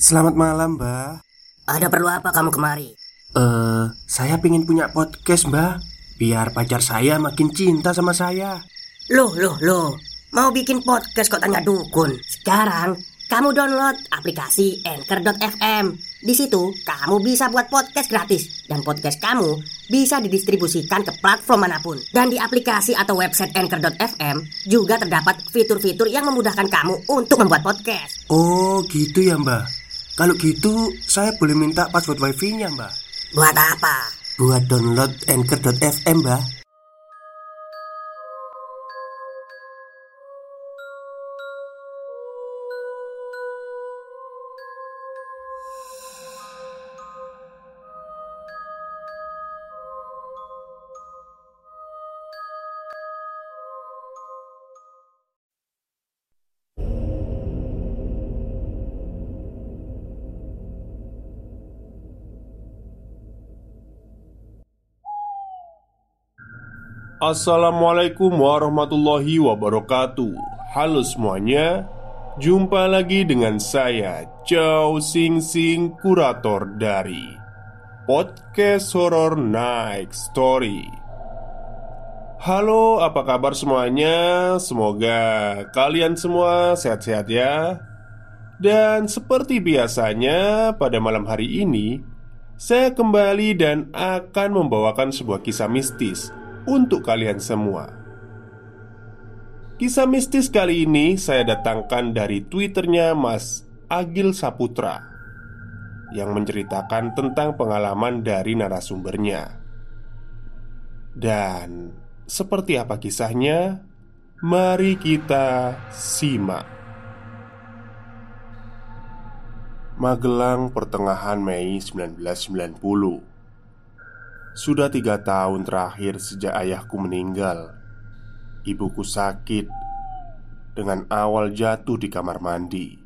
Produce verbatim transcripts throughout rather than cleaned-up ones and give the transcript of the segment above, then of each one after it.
Selamat malam, Mbak. Ada perlu apa kamu kemari? Eh, uh, saya pengen punya podcast, Mbak. Biar pacar saya makin cinta sama saya. Loh, loh, loh. Mau bikin podcast kok tanya dukun? Sekarang kamu download aplikasi Anchor dot f m. Di situ kamu bisa buat podcast gratis dan podcast kamu bisa didistribusikan ke platform manapun. Dan di aplikasi atau website Anchor dot f m juga terdapat fitur-fitur yang memudahkan kamu untuk membuat podcast. Oh, gitu ya, Mbak. Kalau gitu, saya boleh minta password wifi-nya, Mbak. Buat apa? Buat download Anchor dot f m, Mbak. Assalamualaikum warahmatullahi wabarakatuh. Halo semuanya, jumpa lagi dengan saya Chow Sing Sing, kurator dari Podcast Horror Night Story. Halo, apa kabar semuanya? Semoga kalian semua sehat-sehat ya. Dan seperti biasanya, pada malam hari ini saya kembali dan akan membawakan sebuah kisah mistis untuk kalian semua. Kisah mistis kali ini saya datangkan dari Twitternya Mas Agil Saputra, yang menceritakan tentang pengalaman dari narasumbernya. Dan seperti apa kisahnya? Mari kita simak. Magelang, pertengahan Mei seribu sembilan ratus sembilan puluh. Sudah tiga tahun terakhir sejak ayahku meninggal. Ibuku sakit dengan awal jatuh di kamar mandi,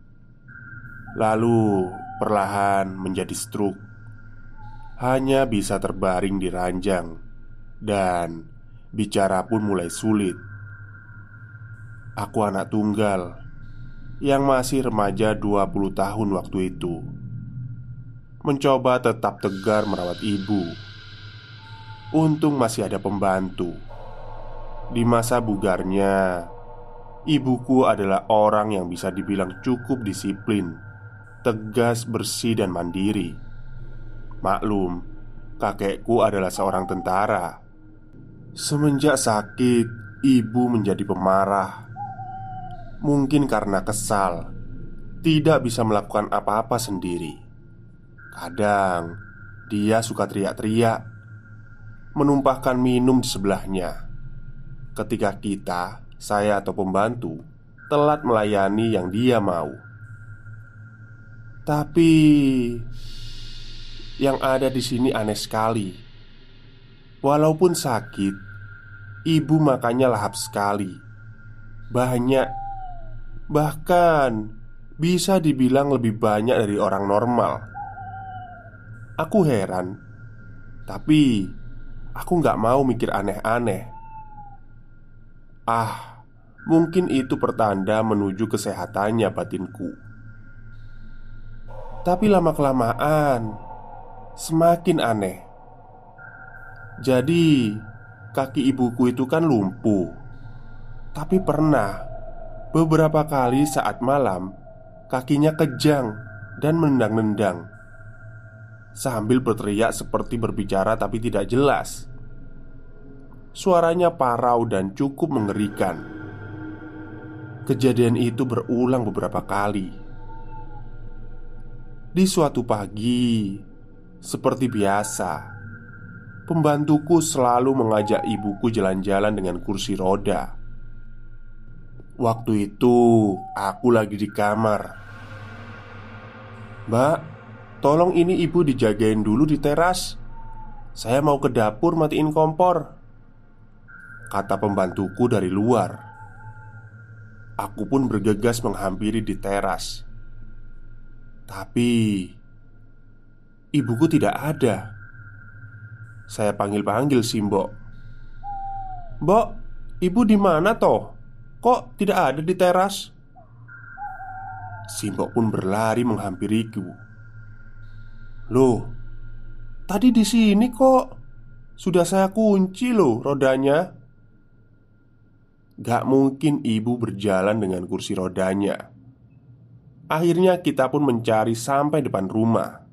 lalu perlahan menjadi stroke. Hanya bisa terbaring di ranjang, dan bicara pun mulai sulit. Aku anak tunggal yang masih remaja dua puluh tahun waktu itu, mencoba tetap tegar merawat ibu. Untung masih ada pembantu. Di masa bugarnya, ibuku adalah orang yang bisa dibilang cukup disiplin, tegas, bersih, dan mandiri. Maklum, kakekku adalah seorang tentara. Semenjak sakit, ibu menjadi pemarah. Mungkin karena kesal, tidak bisa melakukan apa-apa sendiri. Kadang, dia suka teriak-teriak, menumpahkan minum di sebelahnya ketika kita, saya atau pembantu, telat melayani yang dia mau. Tapi yang ada di sini aneh sekali. Walaupun sakit, ibu makannya lahap sekali. Banyak, bahkan bisa dibilang lebih banyak dari orang normal. Aku heran, tapi aku gak mau mikir aneh-aneh. Ah, mungkin itu pertanda menuju kesehatannya batinku. Tapi lama-kelamaan semakin aneh. Jadi, kaki ibuku itu kan lumpuh. Tapi pernah beberapa kali saat malam kakinya kejang dan menendang-nendang, sambil berteriak seperti berbicara tapi tidak jelas. Suaranya parau dan cukup mengerikan. Kejadian itu berulang beberapa kali. Di suatu pagi, seperti biasa, pembantuku selalu mengajak ibuku jalan-jalan dengan kursi roda. Waktu itu aku lagi di kamar. "Mbak, tolong ini ibu dijagain dulu di teras. Saya mau ke dapur matiin kompor," kata pembantuku dari luar. Aku pun bergegas menghampiri di teras. Tapi ibuku tidak ada. Saya panggil-panggil si Mbok. "Mbok, ibu di mana toh? Kok tidak ada di teras?" Simbok pun berlari menghampiriku. "Loh, tadi di sini kok? Sudah saya kunci loh rodanya." Gak mungkin ibu berjalan dengan kursi rodanya. Akhirnya kita pun mencari sampai depan rumah.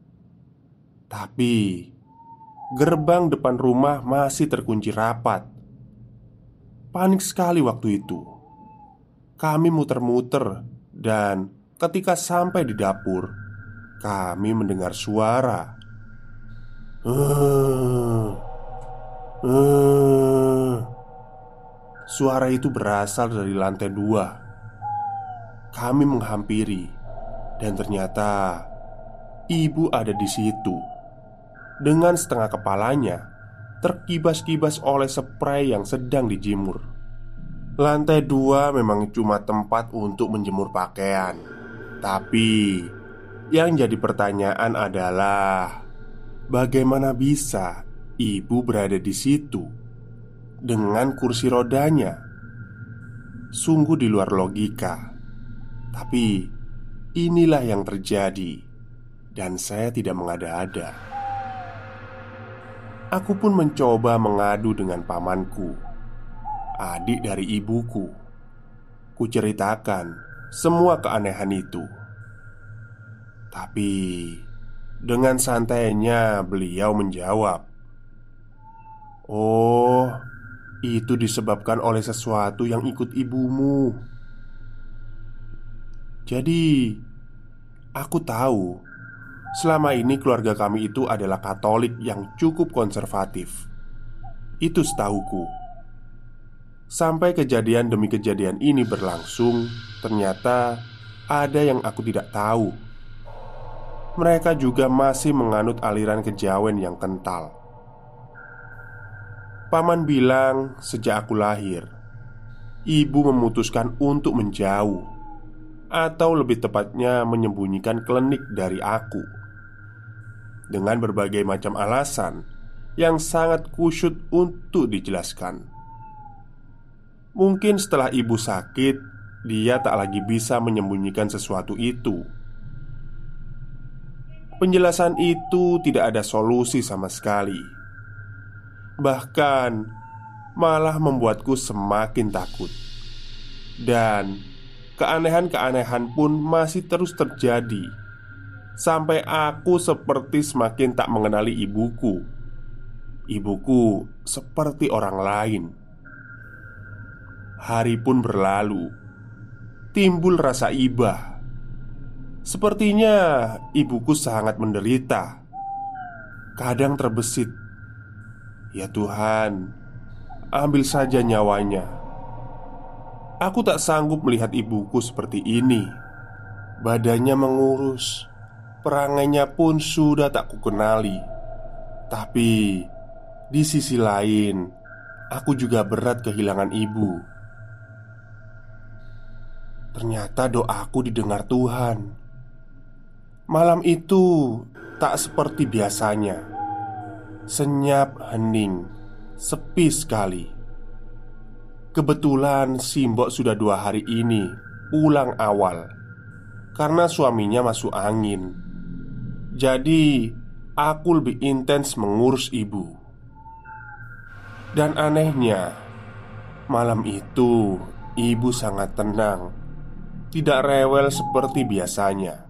Tapi gerbang depan rumah masih terkunci rapat. Panik sekali waktu itu. Kami muter-muter dan ketika sampai di dapur, kami mendengar suara. Uh, uh. Suara itu berasal dari lantai dua. Kami menghampiri dan ternyata ibu ada di situ. Dengan setengah kepalanya terkibas-kibas oleh spray yang sedang dijemur. Lantai dua memang cuma tempat untuk menjemur pakaian. Tapi yang jadi pertanyaan adalah bagaimana bisa ibu berada di situ dengan kursi rodanya? Sungguh di luar logika. Tapi inilah yang terjadi dan saya tidak mengada-ada. Aku pun mencoba mengadu dengan pamanku, adik dari ibuku. Kuceritakan semua keanehan itu. Tapi dengan santainya beliau menjawab, "Oh, itu disebabkan oleh sesuatu yang ikut ibumu." Jadi, aku tahu selama ini keluarga kami itu adalah Katolik yang cukup konservatif. Itu setahuku. Sampai kejadian demi kejadian ini berlangsung, ternyata ada yang aku tidak tahu. Mereka juga masih menganut aliran kejawen yang kental. Paman bilang sejak aku lahir, ibu memutuskan untuk menjauh, atau lebih tepatnya menyembunyikan klinik dari aku, dengan berbagai macam alasan yang sangat kusyut untuk dijelaskan. Mungkin setelah ibu sakit, dia tak lagi bisa menyembunyikan sesuatu itu. Penjelasan itu tidak ada solusi sama sekali. Bahkan malah membuatku semakin takut. Dan keanehan-keanehan pun masih terus terjadi. Sampai aku seperti semakin tak mengenali ibuku. Ibuku seperti orang lain. Hari pun berlalu. Timbul rasa iba. Sepertinya ibuku sangat menderita. Kadang terbesit, "Ya Tuhan, ambil saja nyawanya." Aku tak sanggup melihat ibuku seperti ini. Badannya mengurus, perangainya pun sudah tak kukenali. Tapi di sisi lain, aku juga berat kehilangan ibu. Ternyata doaku didengar Tuhan. Malam itu tak seperti biasanya. Senyap, hening, sepi sekali. Kebetulan Simbok sudah dua hari ini pulang awal karena suaminya masuk angin. Jadi aku lebih intens mengurus ibu. Dan anehnya, malam itu ibu sangat tenang, tidak rewel seperti biasanya.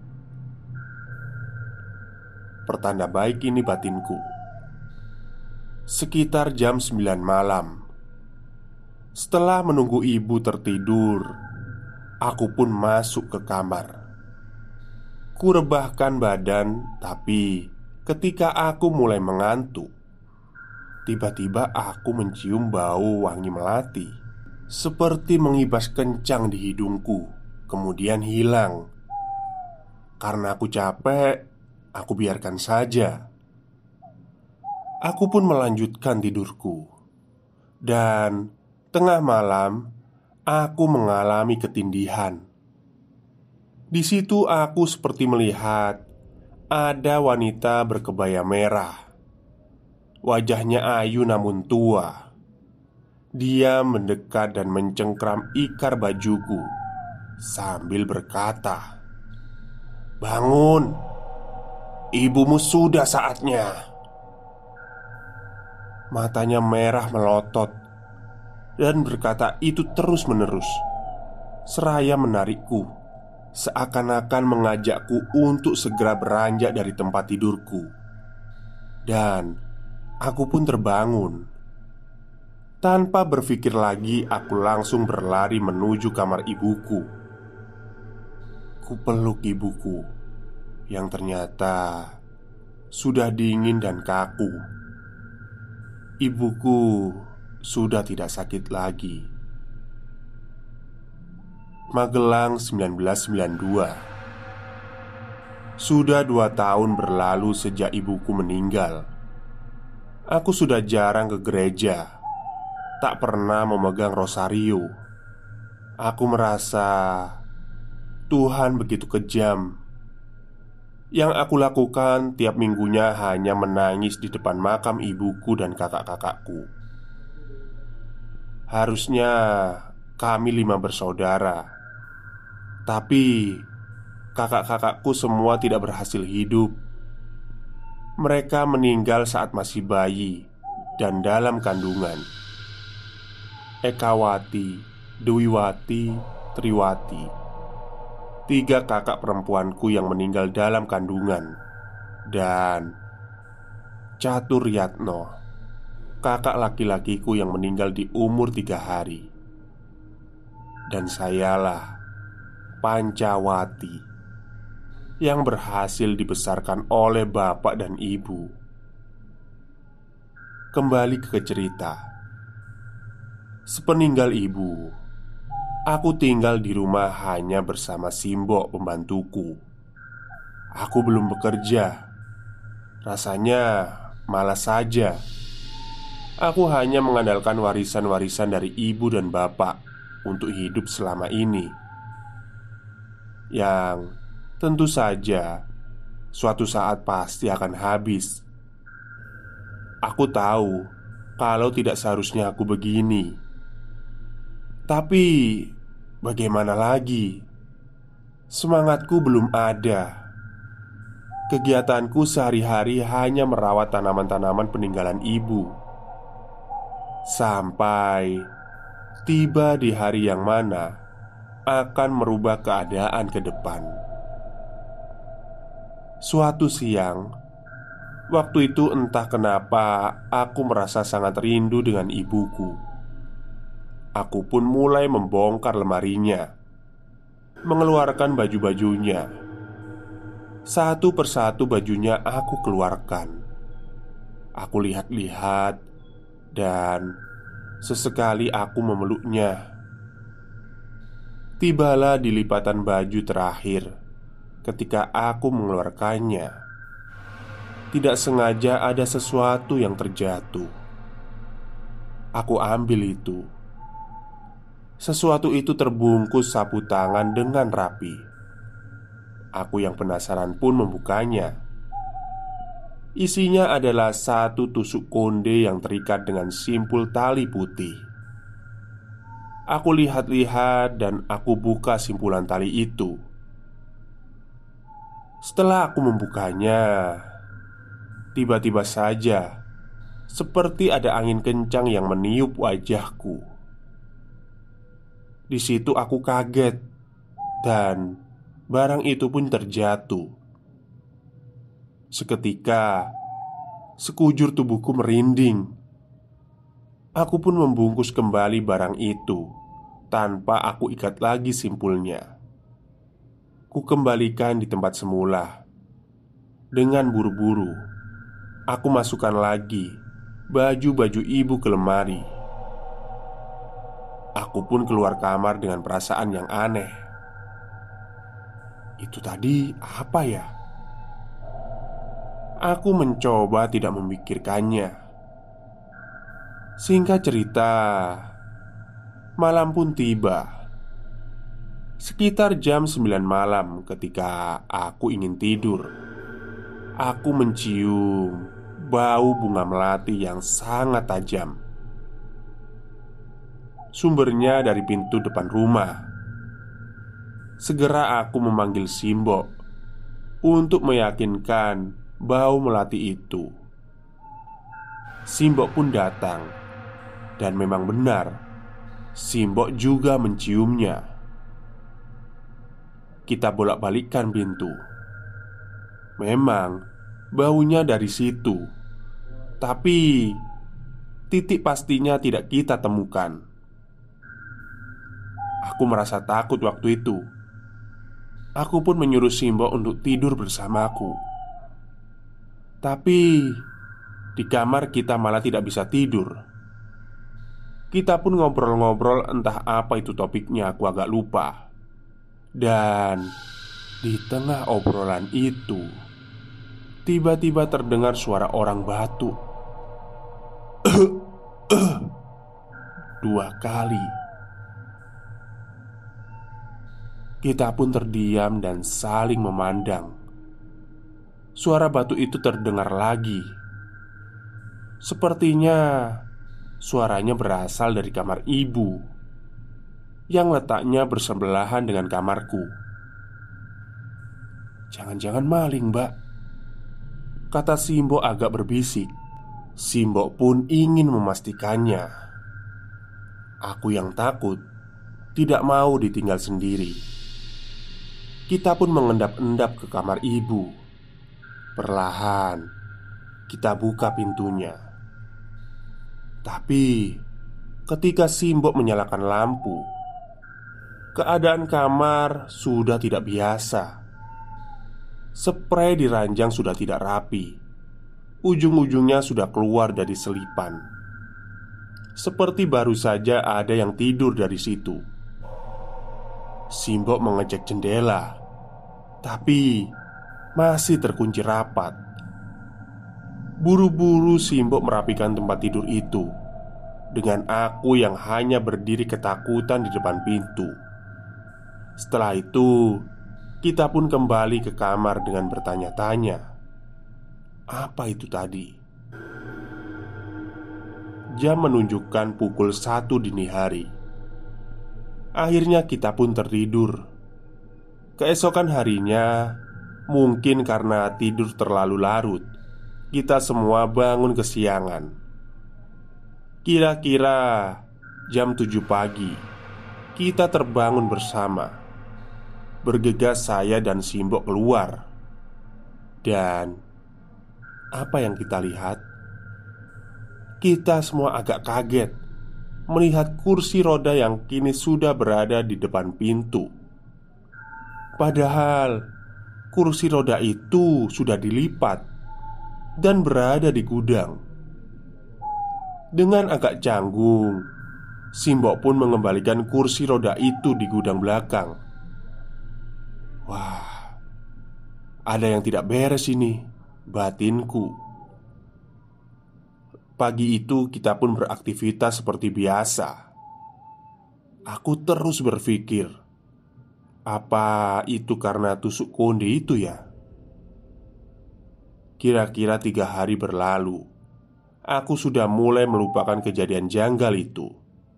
Pertanda baik ini batinku. Sekitar jam sembilan malam, setelah menunggu ibu tertidur, aku pun masuk ke kamar. Kurebahkan badan, tapi ketika aku mulai mengantuk, tiba-tiba aku mencium bau wangi melati, seperti mengibas kencang di hidungku, kemudian hilang. Karena aku capek, aku biarkan saja. Aku pun melanjutkan tidurku. Dan tengah malam, aku mengalami ketindihan. Di situ aku seperti melihat ada wanita berkebaya merah. Wajahnya ayu namun tua. Dia mendekat dan mencengkram ikar bajuku sambil berkata, "Bangun, ibumu sudah saatnya." Matanya merah melotot dan berkata itu terus-menerus, seraya menarikku, seakan-akan mengajakku untuk segera beranjak dari tempat tidurku. Dan aku pun terbangun. Tanpa berpikir lagi, aku langsung berlari menuju kamar ibuku. Kupeluk ibuku yang ternyata sudah dingin dan kaku. Ibuku sudah tidak sakit lagi. Magelang seribu sembilan ratus sembilan puluh dua. Sudah dua tahun berlalu sejak ibuku meninggal. Aku sudah jarang ke gereja, tak pernah memegang rosario. Aku merasa Tuhan begitu kejam. Yang aku lakukan tiap minggunya hanya menangis di depan makam ibuku dan kakak-kakakku. Harusnya kami lima bersaudara, tapi kakak-kakakku semua tidak berhasil hidup. Mereka meninggal saat masih bayi dan dalam kandungan. Ekawati, Dewiwati, Triwati, tiga kakak perempuanku yang meninggal dalam kandungan, dan Caturyatno, kakak laki-lakiku yang meninggal di umur tiga hari. Dan sayalah Pancawati, yang berhasil dibesarkan oleh bapak dan ibu. Kembali ke cerita. Sepeninggal ibu, aku tinggal di rumah hanya bersama Simbok, pembantuku. Aku belum bekerja. Rasanya malas saja. Aku hanya mengandalkan warisan-warisan dari ibu dan bapak untuk hidup selama ini, yang tentu saja suatu saat pasti akan habis. Aku tahu kalau tidak seharusnya aku begini, tapi bagaimana lagi? Semangatku belum ada. Kegiatanku sehari-hari hanya merawat tanaman-tanaman peninggalan ibu. Sampai tiba di hari yang mana akan merubah keadaan ke depan. Suatu siang, waktu itu entah kenapa aku merasa sangat rindu dengan ibuku. Aku pun mulai membongkar lemarinya, mengeluarkan baju-bajunya. Satu persatu bajunya aku keluarkan. Aku lihat-lihat dan sesekali aku memeluknya. Tibalah di lipatan baju terakhir. Ketika aku mengeluarkannya, tidak sengaja ada sesuatu yang terjatuh. Aku ambil itu. Sesuatu itu terbungkus sapu tangan dengan rapi. Aku yang penasaran pun membukanya. Isinya adalah satu tusuk konde yang terikat dengan simpul tali putih. Aku lihat-lihat dan aku buka simpulan tali itu. Setelah aku membukanya, tiba-tiba saja seperti ada angin kencang yang meniup wajahku. Di situ aku kaget dan barang itu pun terjatuh. Seketika sekujur tubuhku merinding. Aku pun membungkus kembali barang itu tanpa aku ikat lagi simpulnya. Ku kembalikan di tempat semula. Dengan buru-buru aku masukkan lagi baju-baju ibu ke lemari. Aku pun keluar kamar dengan perasaan yang aneh. Itu tadi apa ya? Aku mencoba tidak memikirkannya. Singkat cerita, malam pun tiba. Sekitar jam sembilan malam ketika aku ingin tidur, aku mencium bau bunga melati yang sangat tajam. Sumbernya dari pintu depan rumah. segera aku memanggil Simbok untuk meyakinkan bau melati itu. Simbok pun datang, dan memang benar, Simbok juga menciumnya. Kita bolak-balikkan pintu. Memang baunya dari situ, tapi titik pastinya tidak kita temukan. Aku merasa takut waktu itu. Aku pun menyuruh Simbok untuk tidur bersamaku. Tapi di kamar kita malah tidak bisa tidur. Kita pun ngobrol-ngobrol, entah apa itu topiknya, aku agak lupa. Dan di tengah obrolan itu, tiba-tiba terdengar suara orang batuk dua kali. Kita pun terdiam dan saling memandang. Suara batuk itu terdengar lagi. Sepertinya suaranya berasal dari kamar ibu yang letaknya bersebelahan dengan kamarku. "Jangan-jangan maling, Mbak," kata Simbok agak berbisik. Simbok pun ingin memastikannya. Aku yang takut, tidak mau ditinggal sendiri. Kita pun mengendap-endap ke kamar ibu. Perlahan kita buka pintunya. Tapi ketika Simbok menyalakan lampu, keadaan kamar sudah tidak biasa. Sprei di ranjang sudah tidak rapi. Ujung-ujungnya sudah keluar dari selipan. Seperti baru saja ada yang tidur dari situ. Simbok mengecek jendela, tapi masih terkunci rapat. Buru-buru Simbok merapikan tempat tidur itu, dengan aku yang hanya berdiri ketakutan di depan pintu. Setelah itu, kita pun kembali ke kamar dengan bertanya-tanya, apa itu tadi? Jam menunjukkan pukul satu dini hari. Akhirnya kita pun tertidur. Keesokan harinya, mungkin karena tidur terlalu larut, kita semua bangun kesiangan. Kira-kira jam tujuh pagi, kita terbangun bersama. Bergegas saya dan Simbok keluar. Dan apa yang kita lihat? Kita semua agak kaget melihat kursi roda yang kini sudah berada di depan pintu. Padahal kursi roda itu sudah dilipat dan berada di gudang. Dengan agak canggung, Simbok pun mengembalikan kursi roda itu di gudang belakang. Wah, ada yang tidak beres ini, batinku. Pagi itu kita pun beraktivitas seperti biasa. Aku terus berpikir, apa itu karena tusuk konde itu ya? Kira-kira tiga hari berlalu. Aku sudah mulai melupakan kejadian janggal itu.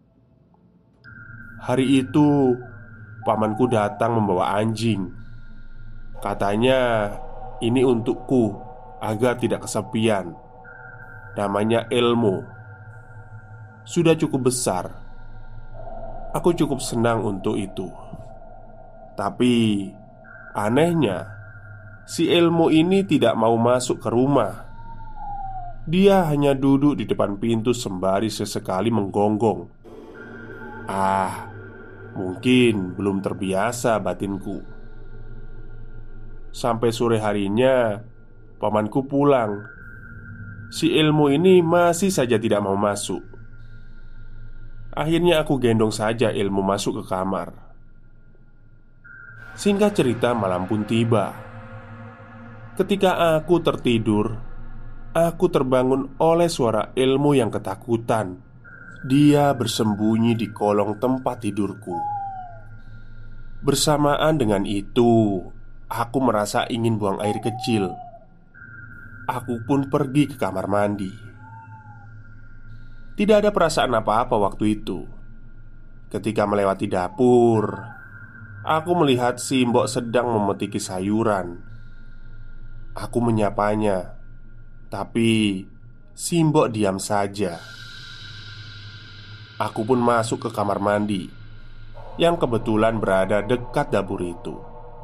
Hari itu, pamanku datang membawa anjing. Katanya, ini untukku agar tidak kesepian. Namanya Elmo. Sudah cukup besar. Aku cukup senang untuk itu. Tapi anehnya, si Elmo ini tidak mau masuk ke rumah. Dia hanya duduk di depan pintu sembari sesekali menggonggong. Ah, mungkin belum terbiasa batinku. Sampai sore harinya, pamanku pulang. Si Elmo ini masih saja tidak mau masuk. Akhirnya aku gendong saja Elmo masuk ke kamar. Singkat cerita, malam pun tiba. Ketika aku tertidur, aku terbangun oleh suara Elmo yang ketakutan. Dia bersembunyi di kolong tempat tidurku. Bersamaan dengan itu, aku merasa ingin buang air kecil. Aku pun pergi ke kamar mandi. Tidak ada perasaan apa-apa waktu itu. Ketika melewati dapur, aku melihat Simbok sedang memetiki sayuran. Aku menyapanya, tapi Simbok diam saja. Aku pun masuk ke kamar mandi yang kebetulan berada dekat dapur itu.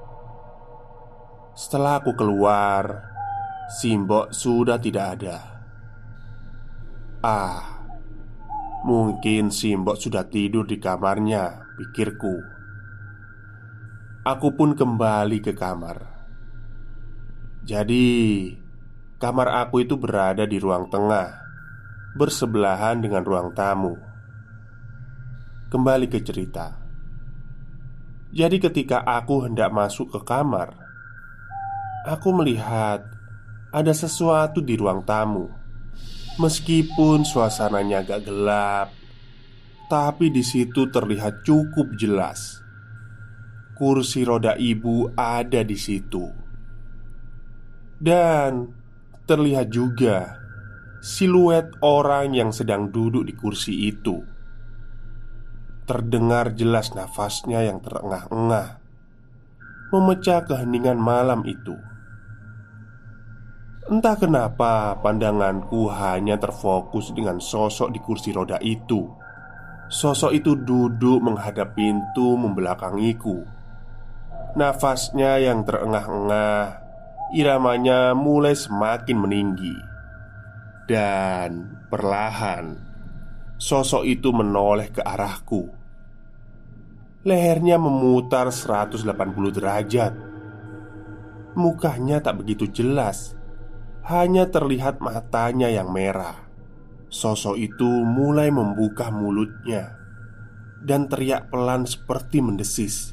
Setelah aku keluar, Simbok sudah tidak ada. Ah, mungkin Simbok sudah tidur di kamarnya, pikirku. Aku pun kembali ke kamar. Jadi, kamar aku itu berada di ruang tengah, bersebelahan dengan ruang tamu. Kembali ke cerita. Jadi ketika aku hendak masuk ke kamar, aku melihat ada sesuatu di ruang tamu. Meskipun suasananya agak gelap, tapi di situ terlihat cukup jelas. Kursi roda ibu ada di situ. Dan terlihat juga siluet orang yang sedang duduk di kursi itu. Terdengar jelas nafasnya yang terengah-engah, memecah keheningan malam itu. Entah kenapa pandanganku hanya terfokus dengan sosok di kursi roda itu. Sosok itu duduk menghadap pintu membelakangiku. Nafasnya yang terengah-engah, iramanya mulai semakin meninggi. Dan perlahan sosok itu menoleh ke arahku. Lehernya memutar seratus delapan puluh derajat. Mukanya tak begitu jelas, hanya terlihat matanya yang merah. Sosok itu mulai membuka mulutnya dan teriak pelan seperti mendesis.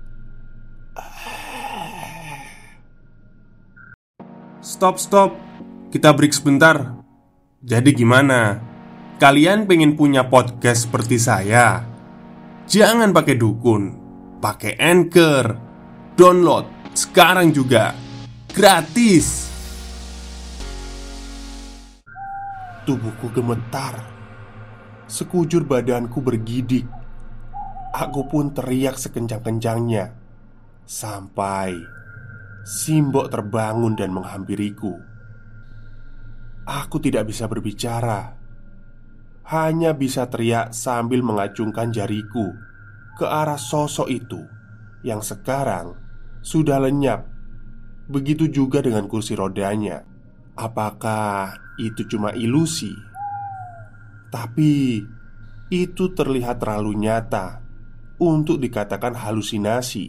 Stop, stop. Kita break sebentar. Jadi gimana? Kalian pengen punya podcast seperti saya? Jangan pakai dukun, pakai Anchor. Download sekarang juga, gratis. Tubuhku gemetar, sekujur badanku bergidik. Aku pun teriak sekencang-kencangnya sampai Simbok terbangun dan menghampiriku. Aku tidak bisa berbicara, hanya bisa teriak sambil mengacungkan jariku ke arah sosok itu yang sekarang sudah lenyap. Begitu juga dengan kursi rodanya. Apakah itu cuma ilusi? Tapi itu terlihat terlalu nyata untuk dikatakan halusinasi.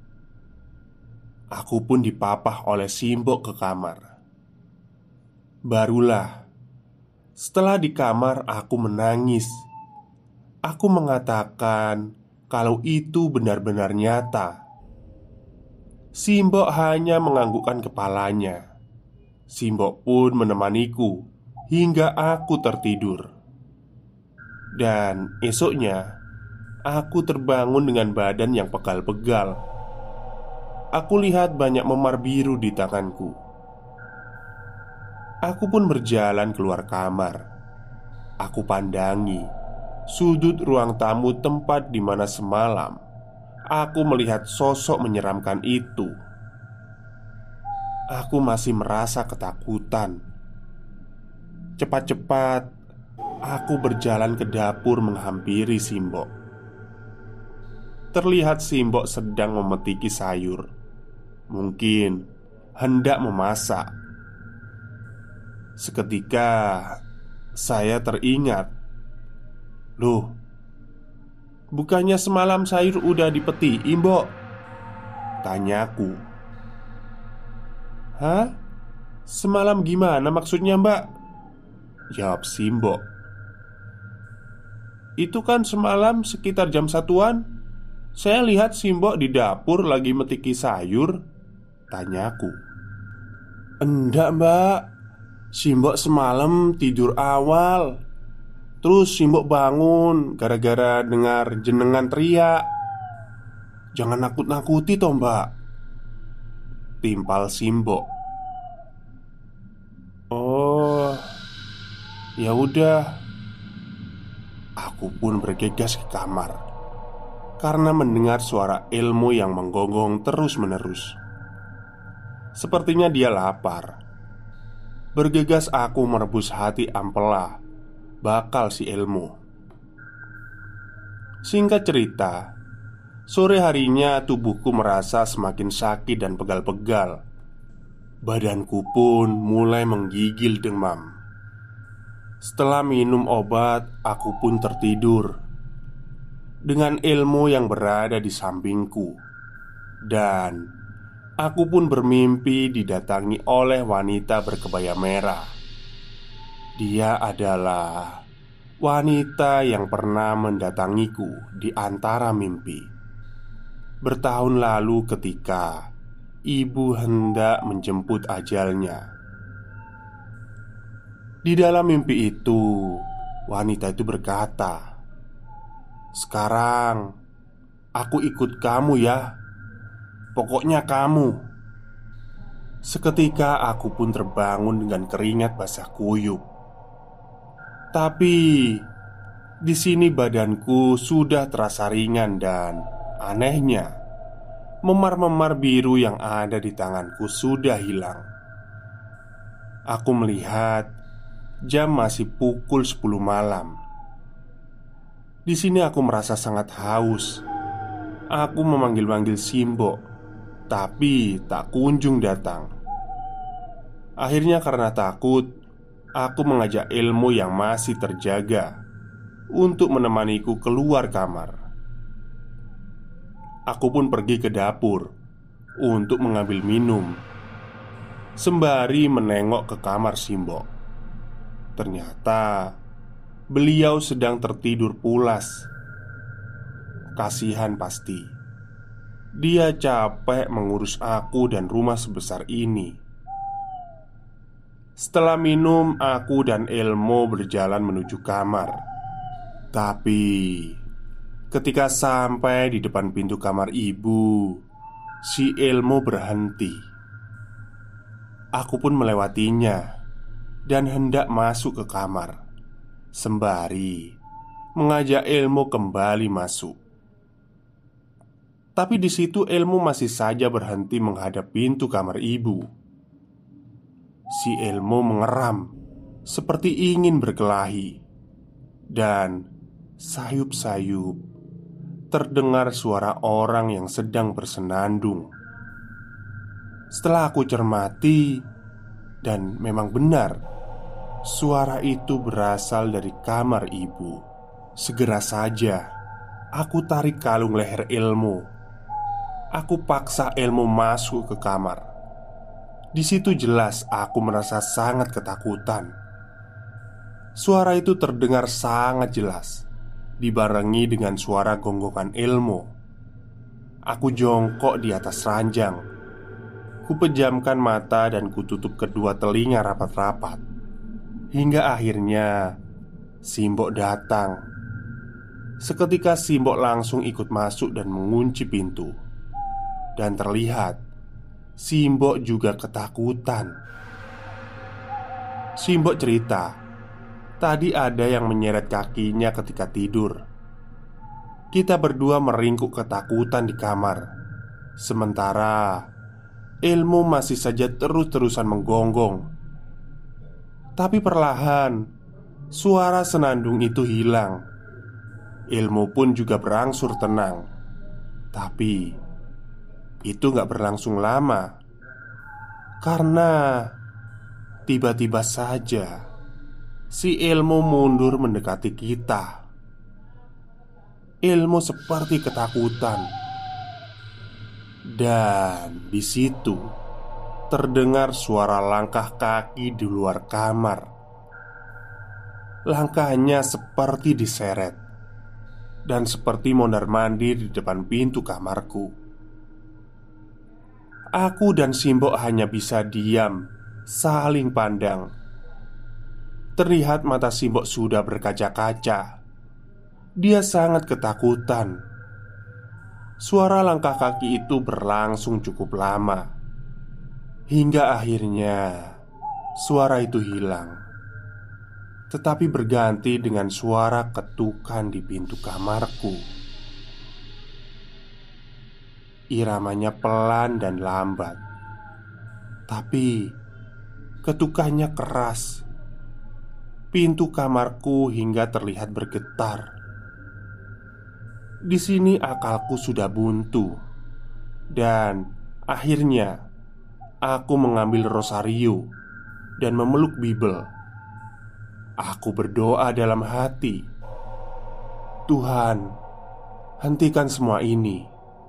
Aku pun dipapah oleh Simbok ke kamar. Barulah setelah di kamar aku menangis. Aku mengatakan kalau itu benar-benar nyata. Simbok hanya menganggukkan kepalanya. Simbok pun menemaniku hingga aku tertidur. Dan esoknya aku terbangun dengan badan yang pegal-pegal. Aku lihat banyak memar biru di tanganku. Aku pun berjalan keluar kamar. Aku pandangi sudut ruang tamu tempat di mana semalam aku melihat sosok menyeramkan itu. Aku masih merasa ketakutan. Cepat-cepat aku berjalan ke dapur menghampiri Simbok. Terlihat Simbok sedang memetiki sayur. Mungkin hendak memasak. Seketika saya teringat, loh, bukannya semalam sayur udah dipetiin, Mbok? Tanyaku. Hah? Semalam gimana maksudnya, Mbak? Jawab Simbok. Itu kan semalam sekitar jam satuan. Saya lihat Simbok di dapur lagi metiki sayur. Tanyaku. Enggak, Mbak. Simbok semalam tidur awal. Terus Simbok bangun gara-gara dengar jenengan teriak. Jangan nakut-nakuti toh, Mbak. Timpal Simbok. Oh, ya udah. Aku pun bergegas ke kamar. karena mendengar suara Elmo yang menggonggong terus-menerus. Sepertinya dia lapar. Bergegas aku merebus hati ampela bakal si Elmo. Singkat cerita, sore harinya tubuhku merasa semakin sakit dan pegal-pegal. Badanku pun mulai menggigil demam. Setelah minum obat, aku pun tertidur dengan Elmo yang berada di sampingku. Dan aku pun bermimpi didatangi oleh wanita berkebaya merah. Dia adalah wanita yang pernah mendatangiku di antara mimpi bertahun lalu ketika ibu hendak menjemput ajalnya. Di dalam mimpi itu, wanita itu berkata, "Sekarang aku ikut kamu ya. Pokoknya kamu." Seketika aku pun terbangun dengan keringat basah kuyup. Tapi di sini badanku sudah terasa ringan dan anehnya memar-memar biru yang ada di tanganku sudah hilang. Aku melihat jam masih pukul sepuluh malam. Di sini aku merasa sangat haus. Aku memanggil-manggil Simbok, tapi tak kunjung datang. Akhirnya karena takut, aku mengajak Elmo yang masih terjaga untuk menemaniku keluar kamar. Aku pun pergi ke dapur untuk mengambil minum, sembari menengok ke kamar Simbok. Ternyata beliau sedang tertidur pulas. Kasihan pasti. Dia capek mengurus aku dan rumah sebesar ini. Setelah minum, aku dan Elmo berjalan menuju kamar. Tapi ketika sampai di depan pintu kamar ibu, si Elmo berhenti. Aku pun melewatinya dan hendak masuk ke kamar, sembari mengajak Elmo kembali masuk. Tapi di situ Elmo masih saja berhenti menghadap pintu kamar ibu. Si Elmo mengeram seperti ingin berkelahi. Dan sayup-sayup terdengar suara orang yang sedang bersenandung. Setelah aku cermati, dan memang benar, suara itu berasal dari kamar ibu. Segera saja aku tarik kalung leher Elmo. Aku paksa Elmo masuk ke kamar. Di situ jelas aku merasa sangat ketakutan. Suara itu terdengar sangat jelas, dibarengi dengan suara gonggongan Elmo. Aku jongkok di atas ranjang. Kupejamkan mata dan kututup kedua telinga rapat-rapat. Hingga akhirnya Simbok datang. Seketika Simbok langsung ikut masuk dan mengunci pintu. Dan terlihat Simbok juga ketakutan. Simbok cerita, tadi ada yang menyeret kakinya ketika tidur. Kita berdua meringkuk ketakutan di kamar. Sementara Elmo masih saja terus-terusan menggonggong. Tapi perlahan suara senandung itu hilang. Elmo pun juga berangsur tenang. Tapi itu gak berlangsung lama. Karena tiba-tiba saja si Elmo mundur mendekati kita. Elmo seperti ketakutan. Dan di situ terdengar suara langkah kaki di luar kamar. Langkahnya seperti diseret dan seperti mondar-mandir di depan pintu kamarku. Aku dan Simbok hanya bisa diam, saling pandang. Terlihat mata Simbok sudah berkaca-kaca. Dia sangat ketakutan. Suara langkah kaki itu berlangsung cukup lama, hingga akhirnya suara itu hilang. Tetapi berganti dengan suara ketukan di pintu kamarku. Iramanya pelan dan lambat, tapi ketukannya keras. Pintu kamarku hingga terlihat bergetar. Di sini akalku sudah buntu, dan akhirnya aku mengambil rosario dan memeluk Bible. Aku berdoa dalam hati, "Tuhan, hentikan semua ini."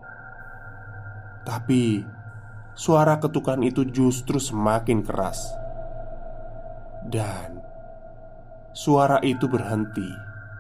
Tapi suara ketukan itu justru semakin keras, dan suara itu berhenti.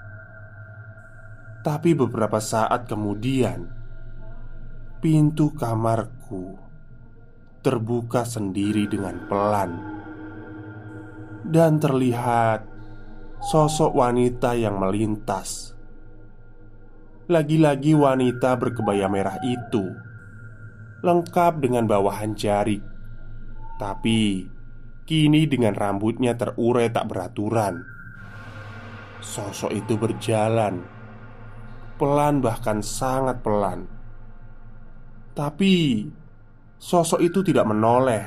Tapi beberapa saat kemudian, pintu kamarku terbuka sendiri dengan pelan, dan terlihat sosok wanita yang melintas. Lagi-lagi wanita berkebaya merah itu, lengkap dengan bawahan jarik, tapi kini dengan rambutnya terurai tak beraturan. Sosok itu berjalan pelan, bahkan sangat pelan. Tapi sosok itu tidak menoleh.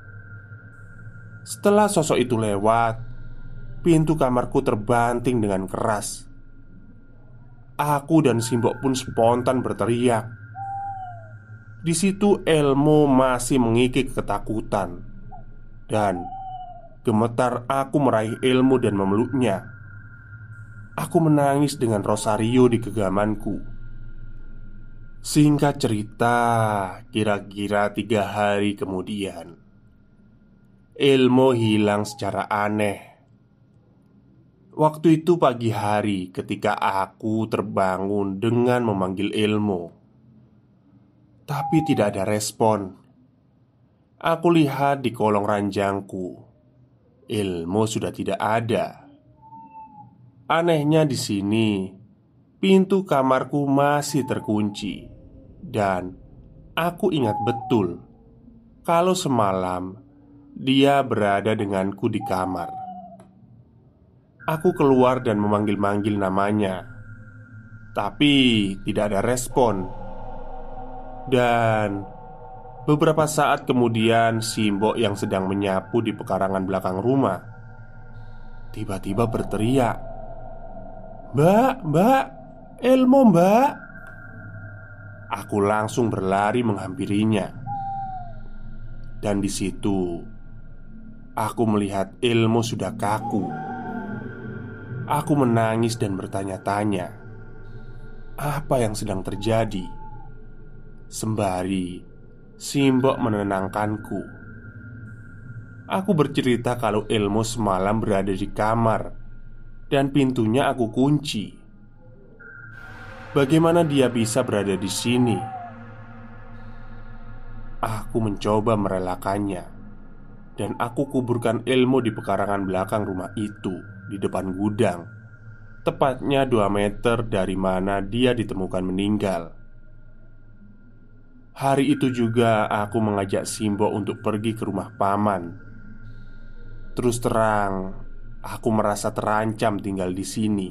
Setelah sosok itu lewat, pintu kamarku terbanting dengan keras. Aku dan Simbok pun spontan berteriak. Di situ Elmo masih mengikik ketakutan, dan gemetar aku meraih Elmo dan memeluknya. Aku menangis dengan rosario di genggamanku. Singkat cerita, kira-kira tiga hari kemudian, Elmo hilang secara aneh. Waktu itu pagi hari ketika aku terbangun dengan memanggil Elmo, tapi tidak ada respon. Aku lihat di kolong ranjangku, Elmo sudah tidak ada. Anehnya di sini, pintu kamarku masih terkunci, dan aku ingat betul kalau semalam dia berada denganku di kamar. Aku keluar dan memanggil-manggil namanya, tapi tidak ada respon. Dan beberapa saat kemudian, Simbok yang sedang menyapu di pekarangan belakang rumah tiba-tiba berteriak, "Mbak, mbak, Elmo mbak." Aku langsung berlari menghampirinya. Dan di situ aku melihat Elmo sudah kaku. Aku menangis dan bertanya-tanya apa yang sedang terjadi. Sembari Simbok menenangkanku, aku bercerita kalau Elmo semalam berada di kamar dan pintunya aku kunci. Bagaimana dia bisa berada di sini? Aku mencoba merelakannya, dan aku kuburkan Elmo di pekarangan belakang rumah itu, di depan gudang, tepatnya dua meter dari mana dia ditemukan meninggal. Hari itu juga aku mengajak Simbok untuk pergi ke rumah paman. Terus terang, aku merasa terancam tinggal di sini.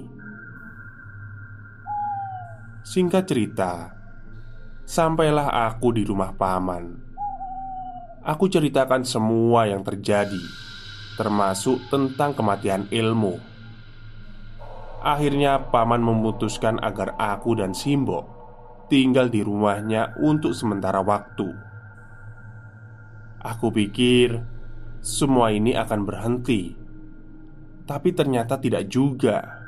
Singkat cerita, sampailah aku di rumah paman. Aku ceritakan semua yang terjadi, termasuk tentang kematian Elmo. Akhirnya paman memutuskan agar aku dan Simbok tinggal di rumahnya untuk sementara waktu. Aku pikir semua ini akan berhenti, tapi ternyata tidak juga.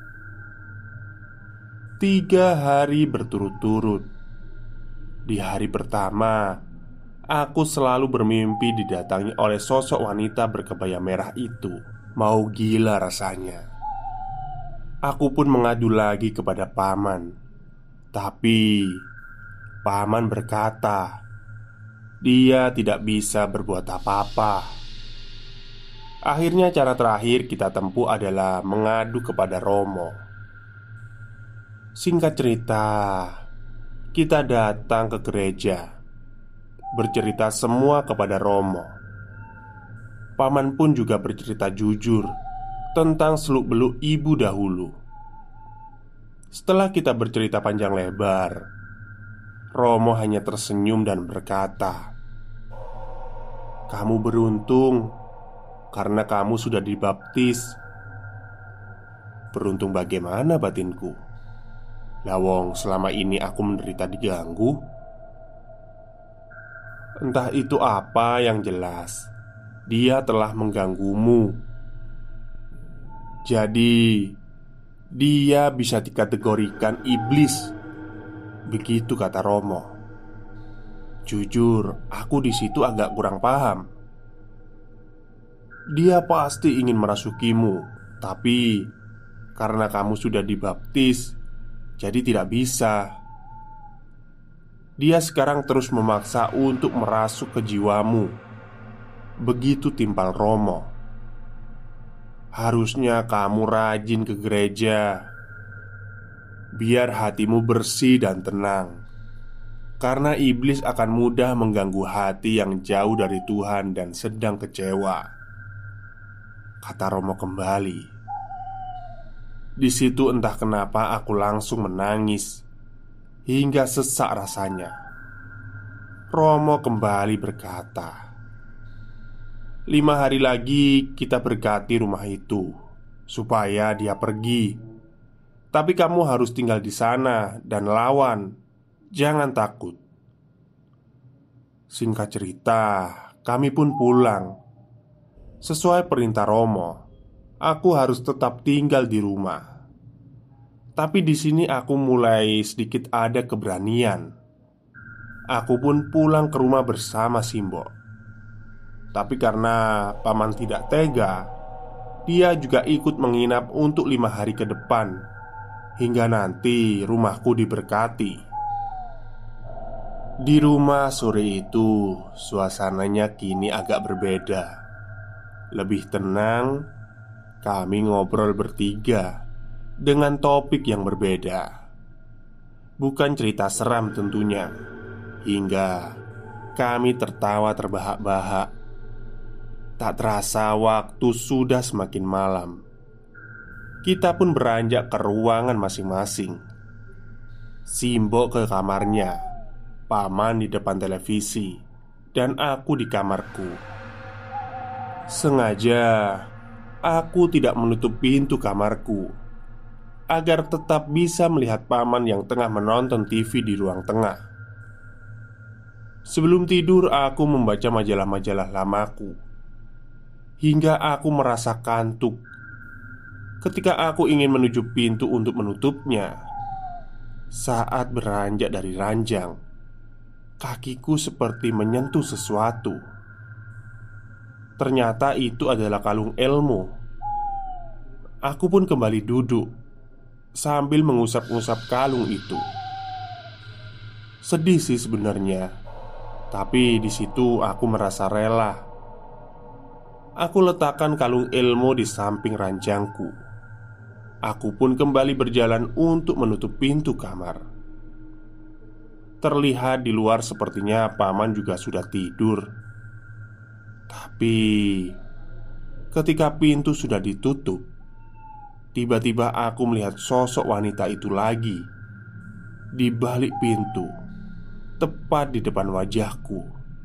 Tiga hari berturut-turut. Di hari pertama, aku selalu bermimpi didatangi oleh sosok wanita berkebaya merah itu. Mau gila rasanya. Aku pun mengadu lagi kepada paman, tapi paman berkata dia tidak bisa berbuat apa-apa. Akhirnya cara terakhir kita tempuh adalah mengadu kepada Romo. Singkat cerita, kita datang ke gereja, bercerita semua kepada Romo. Paman pun juga bercerita jujur tentang seluk-beluk ibu dahulu. Setelah kita bercerita panjang lebar, Romo hanya tersenyum dan berkata, "Kamu beruntung karena kamu sudah dibaptis." Beruntung bagaimana, batinku? Lawong selama ini aku menderita diganggu. Entah itu apa, yang jelas dia telah mengganggumu. Jadi dia bisa dikategorikan iblis. Begitu kata Romo. Jujur, aku di situ agak kurang paham. Dia pasti ingin merasukimu, tapi karena kamu sudah dibaptis, jadi tidak bisa. Dia sekarang terus memaksa untuk merasuk ke jiwamu. Begitu timpal Romo. Harusnya kamu rajin ke gereja, biar hatimu bersih dan tenang. Karena iblis akan mudah mengganggu hati yang jauh dari Tuhan dan sedang kecewa, kata Romo kembali. Di situ entah kenapa aku langsung menangis hingga sesak rasanya. Romo kembali berkata, "Lima hari lagi kita berkati rumah itu supaya dia pergi. Tapi kamu harus tinggal di sana dan lawan. Jangan takut." Singkat cerita, kami pun pulang. Sesuai perintah Romo, aku harus tetap tinggal di rumah. Tapi di sini aku mulai sedikit ada keberanian. Aku pun pulang ke rumah bersama Simbo. Tapi karena paman tidak tega, dia juga ikut menginap untuk lima hari ke depan, hingga nanti rumahku diberkati. Di rumah sore itu, suasananya kini agak berbeda. Lebih tenang. Kami ngobrol bertiga dengan topik yang berbeda. Bukan cerita seram tentunya. Hingga kami tertawa terbahak-bahak. Tak terasa waktu sudah semakin malam. Kita pun beranjak ke ruangan masing-masing. Simbo ke kamarnya, paman di depan televisi, dan aku di kamarku. Sengaja aku tidak menutup pintu kamarku agar tetap bisa melihat paman yang tengah menonton T V di ruang tengah. Sebelum tidur aku membaca majalah-majalah lamaku hingga aku merasa kantuk. Ketika aku ingin menuju pintu untuk menutupnya, saat beranjak dari ranjang, kakiku seperti menyentuh sesuatu. Ternyata itu adalah kalung ilmu. Aku pun kembali duduk sambil mengusap-ngusap kalung itu. Sedih sih sebenarnya, tapi di situ aku merasa rela. Aku letakkan kalung ilmu di samping ranjangku. Aku pun kembali berjalan untuk menutup pintu kamar. Terlihat di luar sepertinya paman juga sudah tidur. Tapi ketika pintu sudah ditutup, tiba-tiba aku melihat sosok wanita itu lagi di balik pintu, tepat di depan wajahku.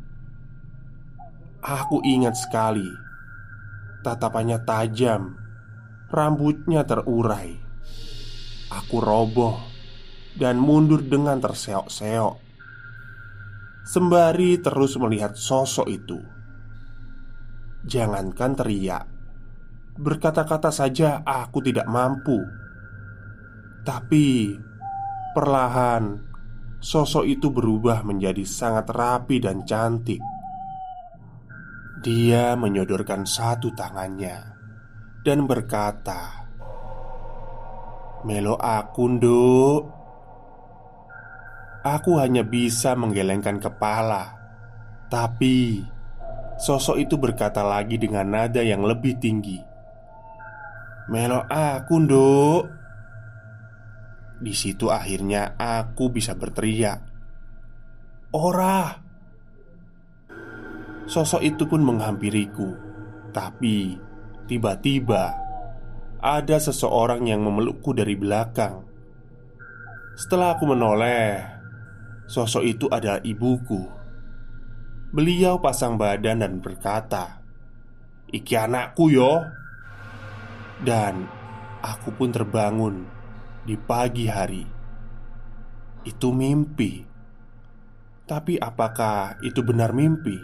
Aku ingat sekali, tatapannya tajam, rambutnya terurai. Aku roboh dan mundur dengan terseok-seok, sembari terus melihat sosok itu. Jangankan teriak, berkata-kata saja aku tidak mampu. Tapi perlahan sosok itu berubah menjadi sangat rapi dan cantik. Dia menyodorkan satu tangannya dan berkata, "Melo aku, Nduk." Aku hanya bisa menggelengkan kepala. Tapi sosok itu berkata lagi dengan nada yang lebih tinggi, "Melo aku, Nduk." Di situ akhirnya aku bisa berteriak, "Ora!" Sosok itu pun menghampiriku. Tapi tiba-tiba ada seseorang yang memelukku dari belakang. Setelah aku menoleh, Sosok itu adalah ibuku. Beliau pasang badan dan berkata, "Iki anakku yo." Dan aku pun terbangun di pagi hari. Itu mimpi. Tapi apakah itu benar mimpi?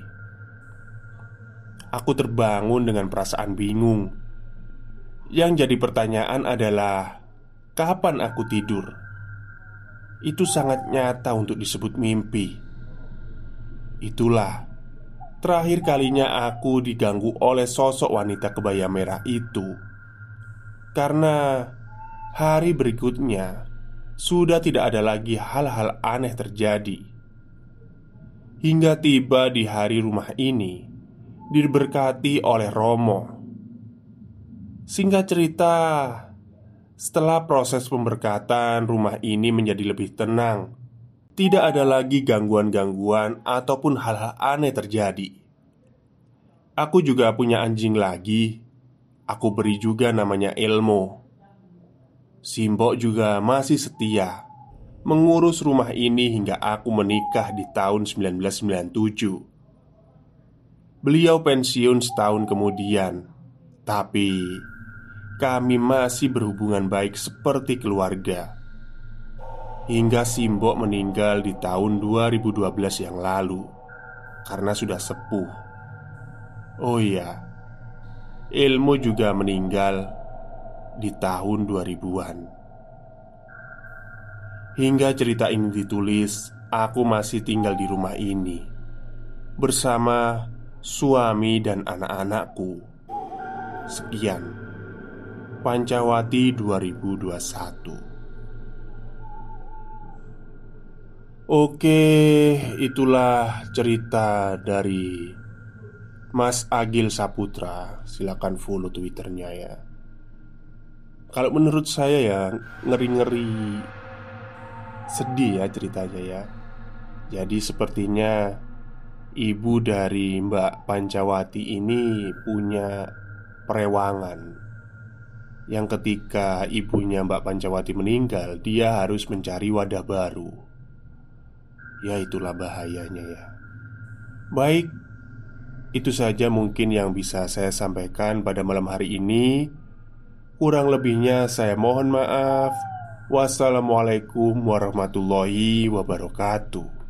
Aku terbangun dengan perasaan bingung. Yang jadi pertanyaan adalah, kapan aku tidur? Itu sangat nyata untuk disebut mimpi. Itulah terakhir kalinya aku diganggu oleh sosok wanita kebaya merah itu. Karena hari berikutnya sudah tidak ada lagi hal-hal aneh terjadi. Hingga tiba di hari rumah ini diberkati oleh Romo. Singkat cerita, setelah proses pemberkatan, rumah ini menjadi lebih tenang. Tidak ada lagi gangguan-gangguan ataupun hal-hal aneh terjadi. Aku juga punya anjing lagi. Aku beri juga namanya Elmo. Simbok juga masih setia mengurus rumah ini hingga aku menikah di tahun seribu sembilan ratus sembilan puluh tujuh. Beliau pensiun setahun kemudian, tapi kami masih berhubungan baik seperti keluarga. Hingga Simbok meninggal di tahun dua ribu dua belas yang lalu karena sudah sepuh. Oh iya, Elmo juga meninggal di tahun dua ribuan. Hingga cerita ini ditulis, aku masih tinggal di rumah ini bersama suami dan anak-anakku. Sekian, Pancawati dua ribu dua puluh satu. Oke, itulah cerita dari Mas Agil Saputra. Silakan follow Twitternya ya. Kalau menurut saya ya, ngeri-ngeri, sedih ya ceritanya ya. Jadi sepertinya ibu dari Mbak Pancawati ini punya perewangan, yang ketika ibunya Mbak Pancawati meninggal, dia harus mencari wadah baru. Ya itulah bahayanya ya. Baik, itu saja mungkin yang bisa saya sampaikan pada malam hari ini. Kurang lebihnya saya mohon maaf. Wassalamualaikum warahmatullahi wabarakatuh.